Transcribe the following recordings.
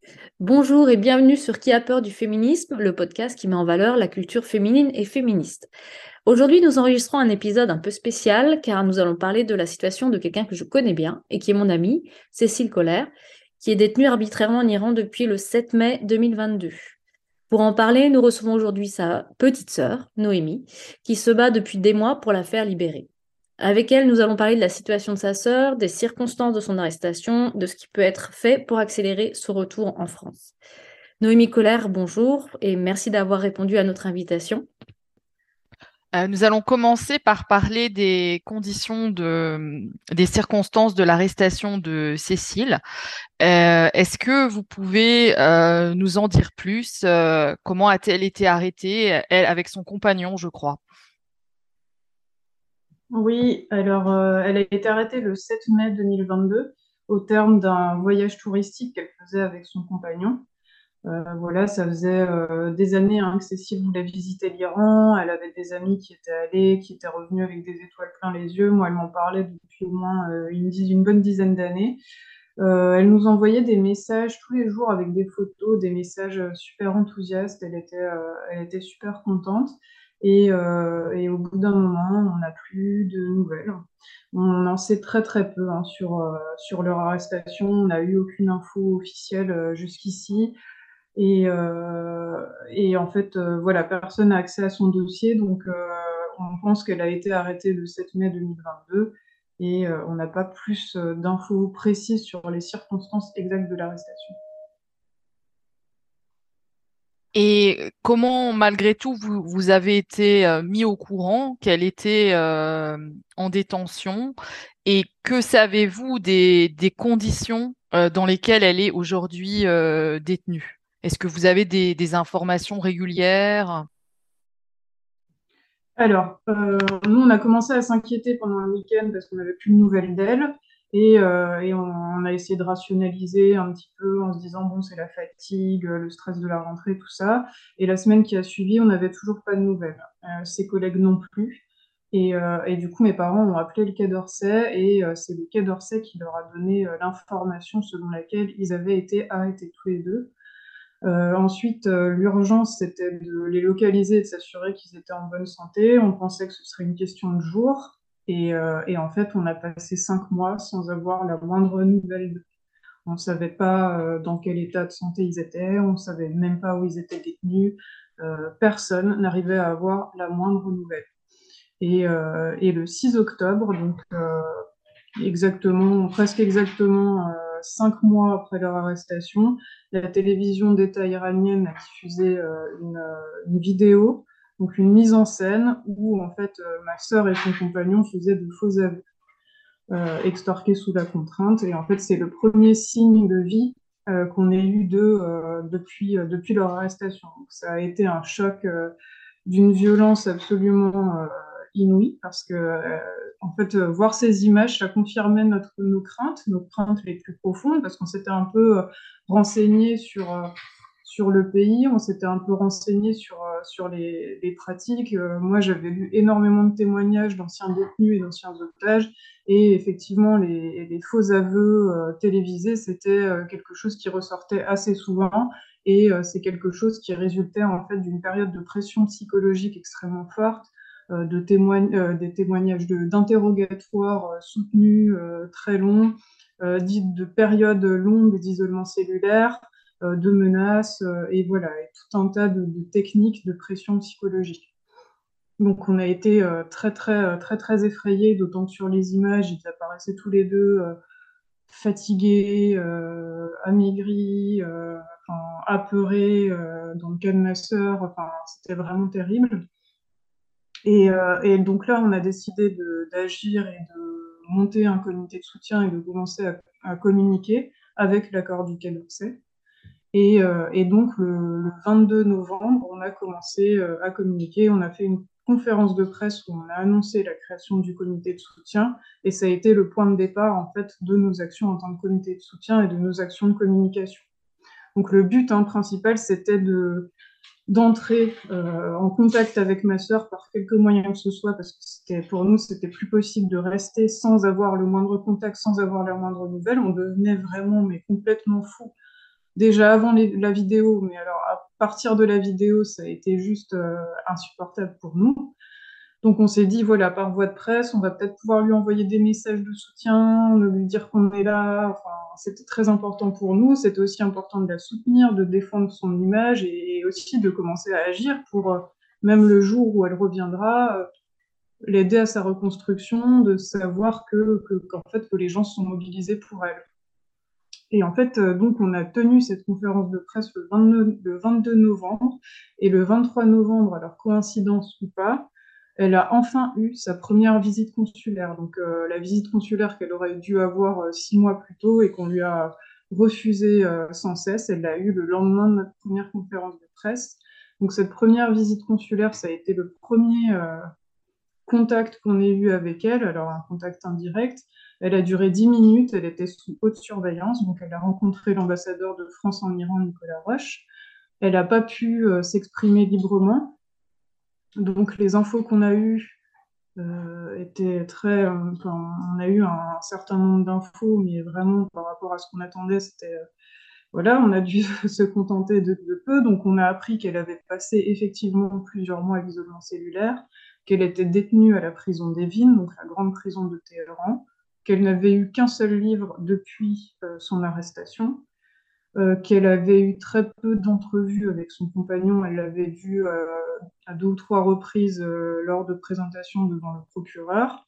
Bonjour et bienvenue sur Qui a peur du féminisme, le podcast qui met en valeur la culture féminine et féministe. Aujourd'hui, nous enregistrons un épisode un peu spécial car nous allons parler de la situation de quelqu'un que je connais bien et qui est mon amie, Cécile Colère, qui est détenue arbitrairement en Iran depuis le 7 mai 2022. Pour en parler, nous recevons aujourd'hui sa petite sœur, Noémie, qui se bat depuis des mois pour la faire libérer. Avec elle, nous allons parler de la situation de sa sœur, des circonstances de son arrestation, de ce qui peut être fait pour accélérer son retour en France. Noémie Colère, bonjour et merci d'avoir répondu à notre invitation. Nous allons commencer par parler des des circonstances de l'arrestation de Cécile. Est-ce que vous pouvez nous en dire plus? Comment a-t-elle été arrêtée, elle, avec son compagnon, je crois? Oui, alors elle a été arrêtée le 7 mai 2022 au terme d'un voyage touristique qu'elle faisait avec son compagnon. Voilà, ça faisait des années que Cécile voulait visiter l'Iran. Elle avait des amis qui étaient allés, qui étaient revenus avec des étoiles plein les yeux. Moi, elle m'en parlait depuis au moins une bonne dizaine d'années. Elle nous envoyait des messages tous les jours avec des photos, des messages super enthousiastes. Elle était super contente. Et au bout d'un moment, on n'a plus de nouvelles. On en sait très très peu sur leur arrestation. On n'a eu aucune info officielle jusqu'ici. Et en fait, voilà, personne n'a accès à son dossier. Donc, on pense qu'elle a été arrêtée le 7 mai 2022 et on n'a pas plus d'infos précises sur les circonstances exactes de l'arrestation. Et comment, malgré tout, vous avez été mis au courant qu'elle était en détention et que savez-vous des conditions dans lesquelles elle est aujourd'hui détenue? Est-ce que vous avez des informations régulières? Alors, nous, on a commencé à s'inquiéter pendant le week-end parce qu'on n'avait plus de nouvelles d'elle. On a essayé de rationaliser un petit peu en se disant, bon, c'est la fatigue, le stress de la rentrée, tout ça. Et la semaine qui a suivi, on n'avait toujours pas de nouvelles. Ses collègues non plus. Et du coup, mes parents ont appelé le Quai d'Orsay et c'est le Quai d'Orsay qui leur a donné l'information selon laquelle ils avaient été arrêtés tous les deux. Ensuite, l'urgence, c'était de les localiser et de s'assurer qu'ils étaient en bonne santé. On pensait que ce serait une question de jours. Et en fait, on a passé 5 mois sans avoir la moindre nouvelle d'eux. On ne savait pas dans quel état de santé ils étaient, on ne savait même pas où ils étaient détenus. Personne n'arrivait à avoir la moindre nouvelle. Et le 6 octobre, donc presque exactement 5 mois après leur arrestation, la télévision d'État iranienne a diffusé une vidéo, donc une mise en scène où en fait ma sœur et son compagnon faisaient de faux aveux, extorqués sous la contrainte. Et en fait, c'est le premier signe de vie qu'on ait eu d'eux depuis leur arrestation. Donc, ça a été un choc d'une violence absolument inouïe parce que en fait voir ces images ça confirmait nos craintes les plus profondes parce qu'on s'était un peu renseigné sur le pays, on s'était un peu renseigné sur les pratiques. Moi, j'avais lu énormément de témoignages d'anciens détenus et d'anciens otages, et effectivement, les faux aveux télévisés, c'était quelque chose qui ressortait assez souvent. Et c'est quelque chose qui résultait en fait d'une période de pression psychologique extrêmement forte, des témoignages d'interrogatoires soutenus, très longs, de périodes longues d'isolement cellulaire, de menaces, et voilà, et tout un tas de techniques de pression psychologique. Donc on a été très effrayés, d'autant que sur les images, ils apparaissaient tous les deux fatigués, amaigris, enfin, apeurés, dans le cas de ma sœur. Enfin, c'était vraiment terrible. Et donc là, on a décidé d'agir et de monter un comité de soutien et de commencer à communiquer avec l'accord du Quai d'Orsay. Et donc, le 22 novembre, on a commencé à communiquer. On a fait une conférence de presse où on a annoncé la création du comité de soutien. Et ça a été le point de départ, en fait, de nos actions en tant que comité de soutien et de nos actions de communication. Donc, le but principal, c'était d'entrer en contact avec ma sœur par quelque moyen que ce soit, parce que pour nous, c'était plus possible de rester sans avoir le moindre contact, sans avoir la moindre nouvelle. On devenait vraiment, mais complètement fou déjà avant la vidéo, mais alors à partir de la vidéo, ça a été juste insupportable pour nous. Donc on s'est dit, voilà, par voie de presse, on va peut-être pouvoir lui envoyer des messages de soutien, de lui dire qu'on est là. Enfin, c'était très important pour nous. C'était aussi important de la soutenir, de défendre son image et aussi de commencer à agir pour, même le jour où elle reviendra, l'aider à sa reconstruction, de savoir qu'en fait, que les gens sont mobilisés pour elle. Et en fait, donc, on a tenu cette conférence de presse le 22 novembre. Et le 23 novembre, alors coïncidence ou pas, elle a enfin eu sa première visite consulaire. Donc, la visite consulaire qu'elle aurait dû avoir 6 mois plus tôt et qu'on lui a refusé sans cesse, elle l'a eu le lendemain de notre première conférence de presse. Donc, cette première visite consulaire, ça a été le premier contact qu'on ait eu avec elle, alors un contact indirect. Elle a duré 10 minutes, elle était sous haute surveillance, donc elle a rencontré l'ambassadeur de France en Iran, Nicolas Roche. Elle n'a pas pu s'exprimer librement, donc les infos qu'on a eues étaient très... enfin, on a eu un certain nombre d'infos, mais vraiment par rapport à ce qu'on attendait, c'était... voilà, on a dû se contenter de peu, donc on a appris qu'elle avait passé effectivement plusieurs mois à l'isolement cellulaire, qu'elle était détenue à la prison d'Evin, donc la grande prison de Téhéran, qu'elle n'avait eu qu'un seul livre depuis son arrestation, qu'elle avait eu très peu d'entrevues avec son compagnon. Elle l'avait vu à 2 ou 3 reprises lors de présentations devant le procureur,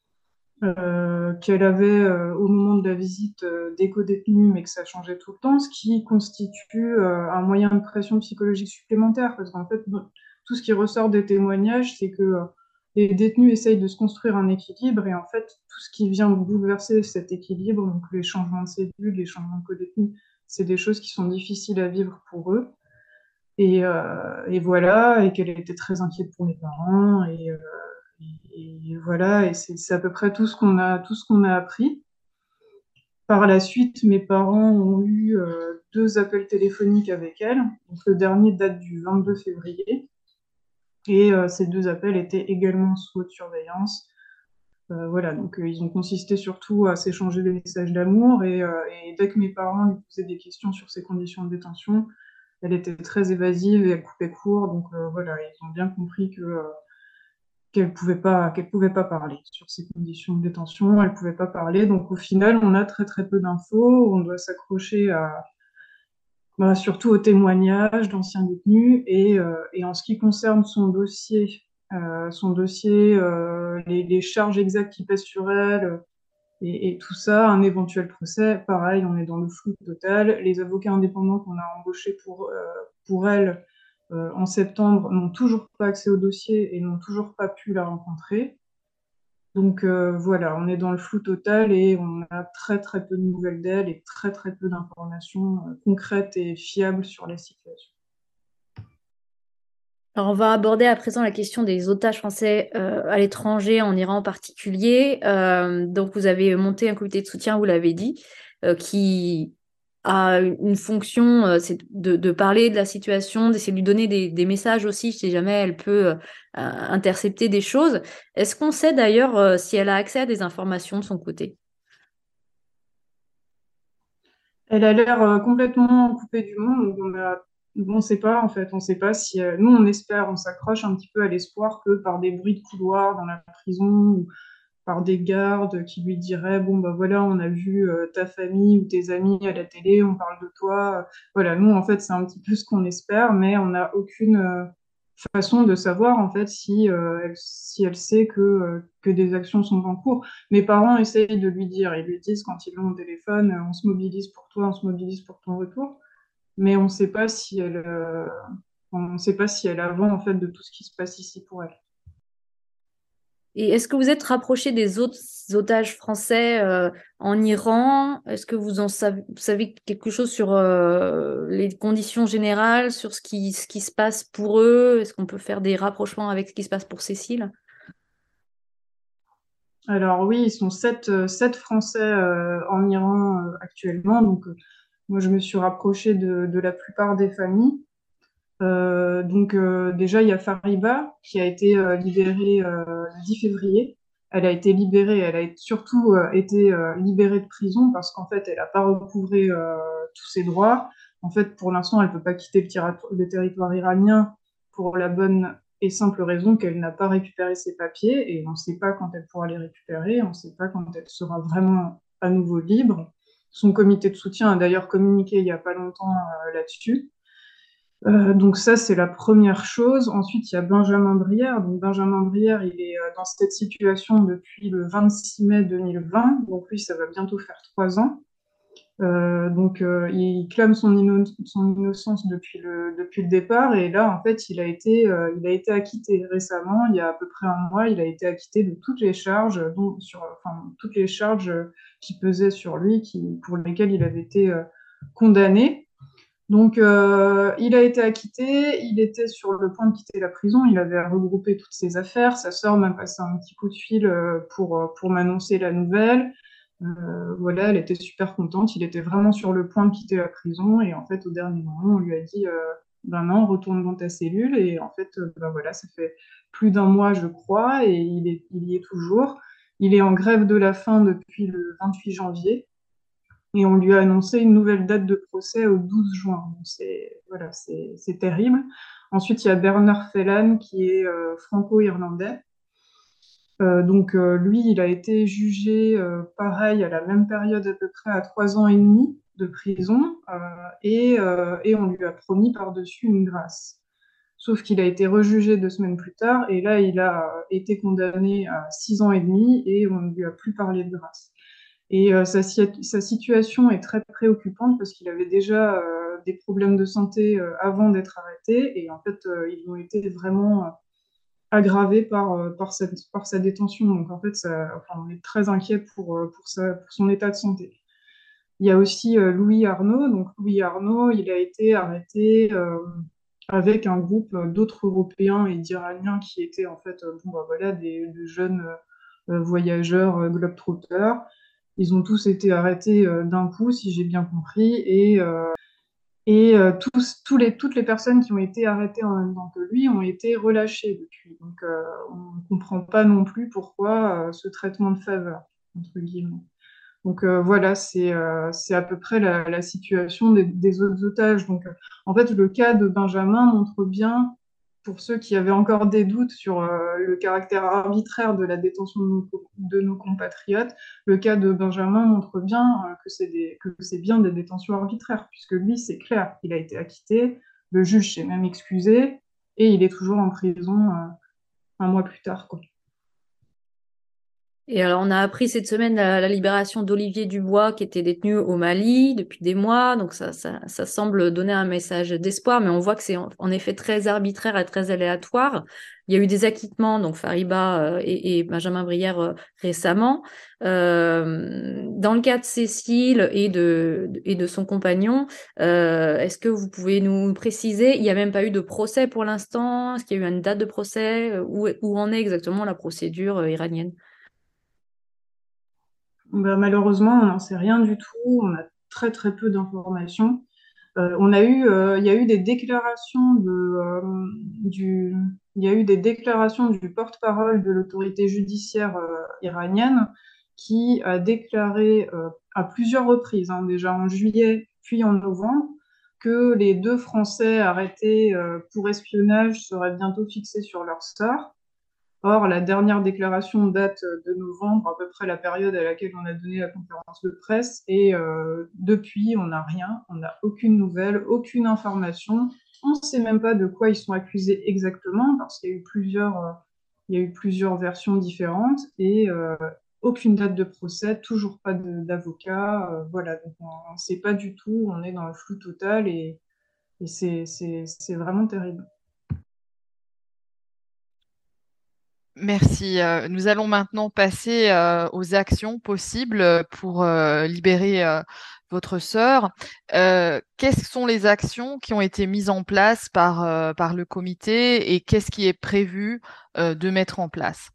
qu'elle avait au moment de la visite des co-détenus, mais que ça changeait tout le temps, ce qui constitue un moyen de pression psychologique supplémentaire, parce qu'en fait, tout ce qui ressort des témoignages, c'est que les détenus essayent de se construire un équilibre, et en fait, tout ce qui vient bouleverser cet équilibre, donc les changements de cellules, les changements de co-détenus, c'est des choses qui sont difficiles à vivre pour eux. Et voilà, et qu'elle était très inquiète pour mes parents, et voilà, et c'est à peu près tout ce qu'on a appris. Par la suite, mes parents ont eu 2 appels téléphoniques avec elle. Donc, le dernier date du 22 février. Et ces 2 appels étaient également sous haute surveillance. Voilà, donc ils ont consisté surtout à s'échanger des messages d'amour. Et dès que mes parents lui posaient des questions sur ses conditions de détention, elle était très évasive et elle coupait court. Donc voilà, ils ont bien compris qu'elle pouvait pas parler sur ces conditions de détention, elle pouvait pas parler. Donc au final, on a très très peu d'infos. On doit s'accrocher surtout aux témoignages d'anciens détenus. Et en ce qui concerne son dossier, les charges exactes qui pèsent sur elle et tout ça, un éventuel procès, pareil, on est dans le flou total. Les avocats indépendants qu'on a embauchés pour elle en septembre n'ont toujours pas accès au dossier et n'ont toujours pas pu la rencontrer. Donc voilà, on est dans le flou total et on a très très peu de nouvelles d'elle et très très peu d'informations concrètes et fiables sur la situation. Alors, on va aborder à présent la question des otages français à l'étranger, en Iran en particulier. Donc, vous avez monté un comité de soutien, vous l'avez dit, qui a une fonction, c'est de parler de la situation, d'essayer de lui donner des messages aussi, si jamais elle peut intercepter des choses. Est-ce qu'on sait d'ailleurs si elle a accès à des informations de son côté? Elle a l'air complètement coupée du monde, donc on ne sait pas en fait, on ne sait pas si nous on espère, on s'accroche un petit peu à l'espoir que par des bruits de couloir dans la prison ou par des gardes qui lui diraient bon bah voilà, on a vu ta famille ou tes amis à la télé, on parle de toi. Voilà, nous en fait c'est un petit peu ce qu'on espère, mais on n'a aucune façon de savoir en fait si elle sait que des actions sont en cours. Mes parents essayent de lui dire, ils lui disent quand ils l'ont au téléphone, on se mobilise pour toi, on se mobilise pour ton retour, mais on ne sait pas si elle avant en fait de tout ce qui se passe ici pour elle. Et est-ce que vous êtes rapproché des autres otages français en Iran? Est-ce que vous savez quelque chose sur les conditions générales, sur ce qui se passe pour eux? Est-ce qu'on peut faire des rapprochements avec ce qui se passe pour Cécile? Alors oui, ils sont sept Français en Iran actuellement. Donc moi, je me suis rapprochée de la plupart des familles. Donc déjà, il y a Fariba qui a été libérée le 10 février. Elle a été libérée, elle a surtout été libérée de prison parce qu'en fait, elle n'a pas recouvré tous ses droits. En fait, pour l'instant, elle ne peut pas quitter le territoire iranien pour la bonne et simple raison qu'elle n'a pas récupéré ses papiers et on ne sait pas quand elle pourra les récupérer, on ne sait pas quand elle sera vraiment à nouveau libre. Son comité de soutien a d'ailleurs communiqué il n'y a pas longtemps là-dessus. Donc ça, c'est la première chose. Ensuite, il y a Benjamin Brière. Donc Benjamin Brière, il est dans cette situation depuis le 26 mai 2020. Donc lui, ça va bientôt faire 3 ans. Il clame son innocence depuis le départ. Et là, en fait, il a été acquitté récemment. Il y a à peu près un mois, il a été acquitté de toutes les charges, toutes les charges qui pesaient sur lui, pour lesquelles il avait été condamné. Donc, il a été acquitté, il était sur le point de quitter la prison, il avait regroupé toutes ses affaires, sa sœur m'a passé un petit coup de fil pour m'annoncer la nouvelle. Voilà, elle était super contente, il était vraiment sur le point de quitter la prison, et en fait, au dernier moment, on lui a dit, ben non, retourne dans ta cellule, et en fait, ben voilà, ça fait plus d'un mois, je crois, et il y est toujours. Il est en grève de la faim depuis le 28 janvier. Et on lui a annoncé une nouvelle date de procès au 12 juin. Donc voilà, c'est terrible. Ensuite, il y a Bernard Fellan qui est franco-irlandais. Lui, il a été jugé pareil à la même période à peu près à 3 ans et demi de prison et on lui a promis par-dessus une grâce. Sauf qu'il a été rejugé 2 semaines plus tard et là, il a été condamné à 6 ans et demi et on ne lui a plus parlé de grâce. Et sa situation est très préoccupante parce qu'il avait déjà des problèmes de santé avant d'être arrêté et en fait, ils ont été vraiment aggravés par sa détention. Donc en fait, on est très inquiet pour son état de santé. Il y a aussi Louis Arnaud. Donc Louis Arnaud, il a été arrêté avec un groupe d'autres Européens et d'Iraniens qui étaient en fait des jeunes voyageurs globetrotters. Ils ont tous été arrêtés d'un coup, si j'ai bien compris, toutes les personnes qui ont été arrêtées en même temps que lui ont été relâchées depuis. Donc, on ne comprend pas non plus pourquoi ce traitement de faveur, entre guillemets. Donc, voilà, c'est à peu près la situation des autres otages. Donc, en fait, le cas de Benjamin montre bien, pour ceux qui avaient encore des doutes sur le caractère arbitraire de la détention de nos compatriotes, le cas de Benjamin montre bien que c'est bien des détentions arbitraires, puisque lui, c'est clair, il a été acquitté, le juge s'est même excusé, et il est toujours en prison un mois plus tard, quoi. Et alors, on a appris cette semaine la libération d'Olivier Dubois, qui était détenu au Mali depuis des mois. Donc, ça semble donner un message d'espoir, mais on voit que c'est en effet très arbitraire et très aléatoire. Il y a eu des acquittements, donc Fariba et Benjamin Brière récemment. Dans le cas de Cécile et de son compagnon, est-ce que vous pouvez nous préciser, il n'y a même pas eu de procès pour l'instant? Est-ce qu'il y a eu une date de procès? Où en est exactement la procédure iranienne? Bah, malheureusement, on n'en sait rien du tout. On a très très peu d'informations. Il y a eu des déclarations il y a eu des déclarations du porte-parole de l'autorité judiciaire iranienne qui a déclaré à plusieurs reprises, hein, déjà en juillet puis en novembre, que les 2 Français arrêtés pour espionnage seraient bientôt fixés sur leur sort. Or, la dernière déclaration date de novembre, à peu près la période à laquelle on a donné la conférence de presse, et depuis, on n'a rien, on n'a aucune nouvelle, aucune information. On ne sait même pas de quoi ils sont accusés exactement, parce qu'il y a eu il y a eu plusieurs versions différentes, et aucune date de procès, toujours pas d'avocat. Voilà, donc on ne sait pas du tout, on est dans le flou total, et c'est vraiment terrible. Merci. Nous allons maintenant passer aux actions possibles pour libérer votre sœur. Quelles sont les actions qui ont été mises en place par le comité et qu'est-ce qui est prévu de mettre en place?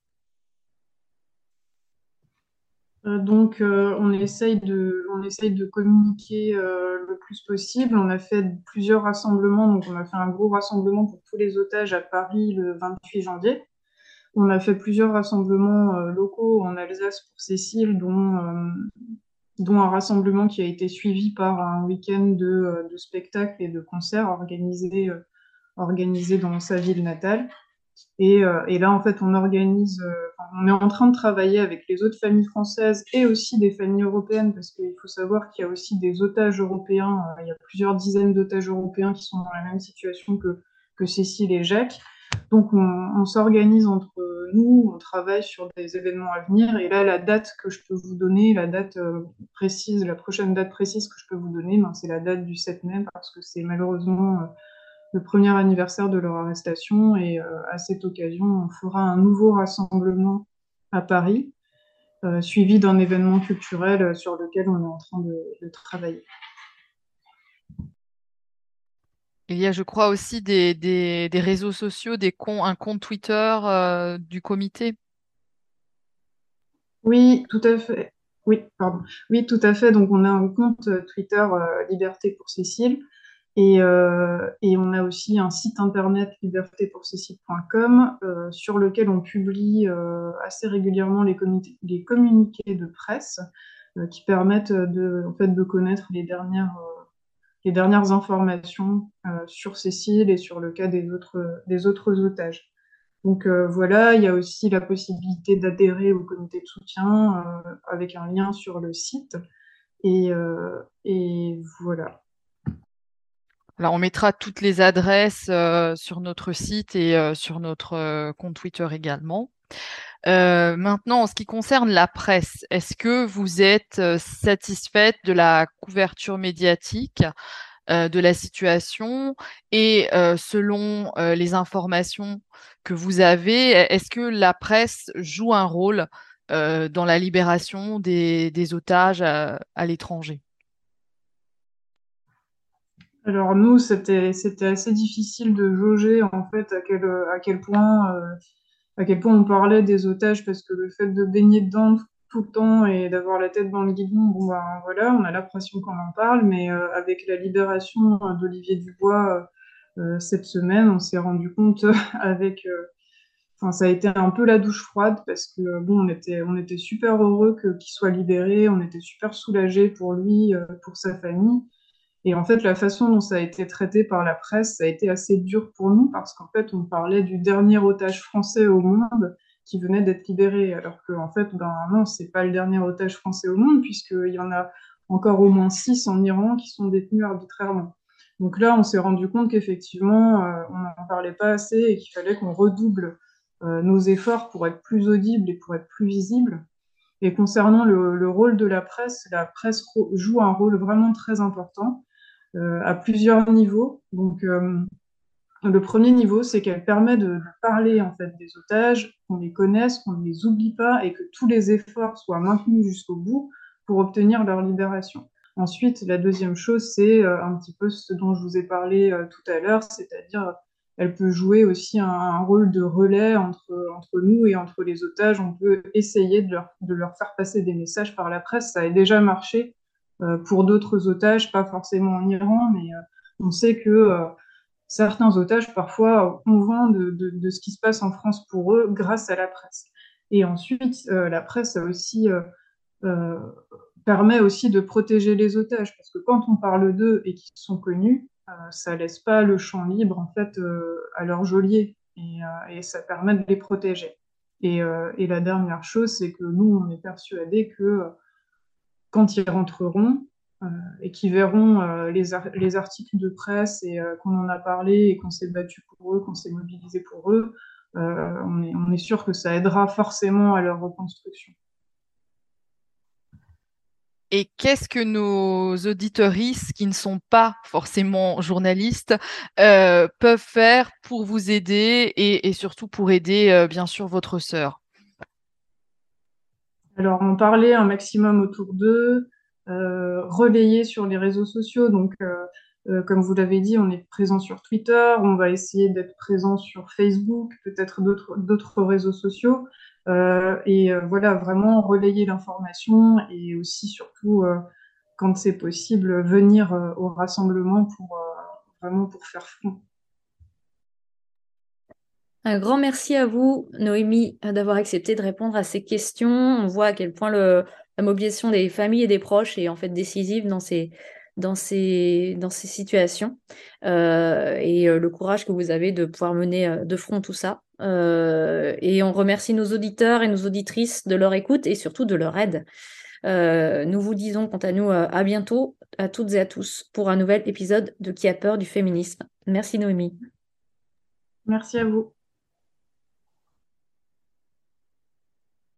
On essaye de communiquer le plus possible. On a fait plusieurs rassemblements. Donc, on a fait un gros rassemblement pour tous les otages à Paris le 28 janvier. On a fait plusieurs rassemblements locaux en Alsace pour Cécile, dont un rassemblement qui a été suivi par un week-end de spectacles et de concerts organisés dans sa ville natale. Et là, en fait, on est en train de travailler avec les autres familles françaises et aussi des familles européennes, parce qu'il faut savoir qu'il y a aussi des otages européens. Il y a plusieurs dizaines d'otages européens qui sont dans la même situation que Cécile et Jacques. Donc, on s'organise entre nous, on travaille sur des événements à venir. Et là, la date que je peux vous donner, la date précise, la prochaine date précise que je peux vous donner, c'est la date du 7 mai, parce que c'est malheureusement le premier anniversaire de leur arrestation. Et à cette occasion, on fera un nouveau rassemblement à Paris, suivi d'un événement culturel sur lequel on est en train de travailler. Il y a, je crois, aussi des réseaux sociaux, un compte Twitter du comité. Oui, tout à fait. Oui, pardon. Oui, tout à fait. Donc, on a un compte Twitter Liberté pour Cécile. Et on a aussi un site internet libertépourcécile.com sur lequel on publie assez régulièrement les communiqués de presse qui permettent en fait, de connaître les dernières informations sur Cécile et sur le cas des autres otages. Donc voilà, il y a aussi la possibilité d'adhérer au comité de soutien avec un lien sur le site. Et voilà. Alors, on mettra toutes les adresses sur notre site et sur notre compte Twitter également. Maintenant, en ce qui concerne la presse, est-ce que vous êtes satisfaite de la couverture médiatique de la situation et selon les informations que vous avez, est-ce que la presse joue un rôle dans la libération des otages à l'étranger? Alors nous, c'était assez difficile de jauger en fait à quel point on parlait des otages, parce que le fait de baigner dedans tout le temps et d'avoir la tête dans le guidon, bon ben voilà, on a l'impression qu'on en parle, mais avec la libération d'Olivier Dubois cette semaine, on s'est rendu compte enfin, ça a été un peu la douche froide, parce que bon, on était super heureux qu'il soit libéré, on était super soulagés pour lui, pour sa famille. Et en fait, la façon dont ça a été traité par la presse, ça a été assez dur pour nous, parce qu'en fait, on parlait du dernier otage français au monde qui venait d'être libéré, alors que en fait, ben non, c'est pas le dernier otage français au monde, puisqu'il y en a encore au moins 6 en Iran qui sont détenus arbitrairement. Donc là, on s'est rendu compte qu'effectivement, on n'en parlait pas assez et qu'il fallait qu'on redouble nos efforts pour être plus audibles et pour être plus visibles. Et concernant le rôle de la presse joue un rôle vraiment très important à plusieurs niveaux. Donc, le premier niveau, c'est qu'elle permet de parler en fait des otages, qu'on les connaisse, qu'on ne les oublie pas et que tous les efforts soient maintenus jusqu'au bout pour obtenir leur libération. Ensuite, la deuxième chose, c'est un petit peu ce dont je vous ai parlé tout à l'heure, c'est-à-dire elle peut jouer aussi un rôle de relais entre nous et entre les otages. On peut essayer de leur faire passer des messages par la presse. Ça a déjà marché pour d'autres otages, pas forcément en Iran, mais on sait que certains otages parfois ont vent de ce qui se passe en France pour eux grâce à la presse. Et ensuite, la presse a aussi, euh, permet aussi de protéger les otages, parce que quand on parle d'eux et qu'ils sont connus, ça laisse pas le champ libre en fait à leurs geôliers, et ça permet de les protéger. Et la dernière chose, c'est que nous, on est persuadés que quand ils rentreront euh, et qu'ils verront les articles de presse et qu'on en a parlé et qu'on s'est battu pour eux, qu'on s'est mobilisé pour eux, on est sûr que ça aidera forcément à leur reconstruction. Et qu'est-ce que nos auditeuristes qui ne sont pas forcément journalistes peuvent faire pour vous aider et surtout pour aider bien sûr votre sœur? Alors, en parler un maximum autour d'eux, relayer sur les réseaux sociaux. Donc, comme vous l'avez dit, on est présent sur Twitter, on va essayer d'être présent sur Facebook, peut-être d'autres réseaux sociaux. Voilà, vraiment relayer l'information et aussi, surtout, quand c'est possible, venir au rassemblement pour vraiment pour faire front. Un grand merci à vous, Noémie, d'avoir accepté de répondre à ces questions. On voit à quel point la mobilisation des familles et des proches est en fait décisive dans ces situations. Le courage que vous avez de pouvoir mener de front tout ça. Et on remercie nos auditeurs et nos auditrices de leur écoute et surtout de leur aide. Nous vous disons quant à nous à bientôt à toutes et à tous pour un nouvel épisode de Qui a peur du féminisme. Merci Noémie. Merci à vous.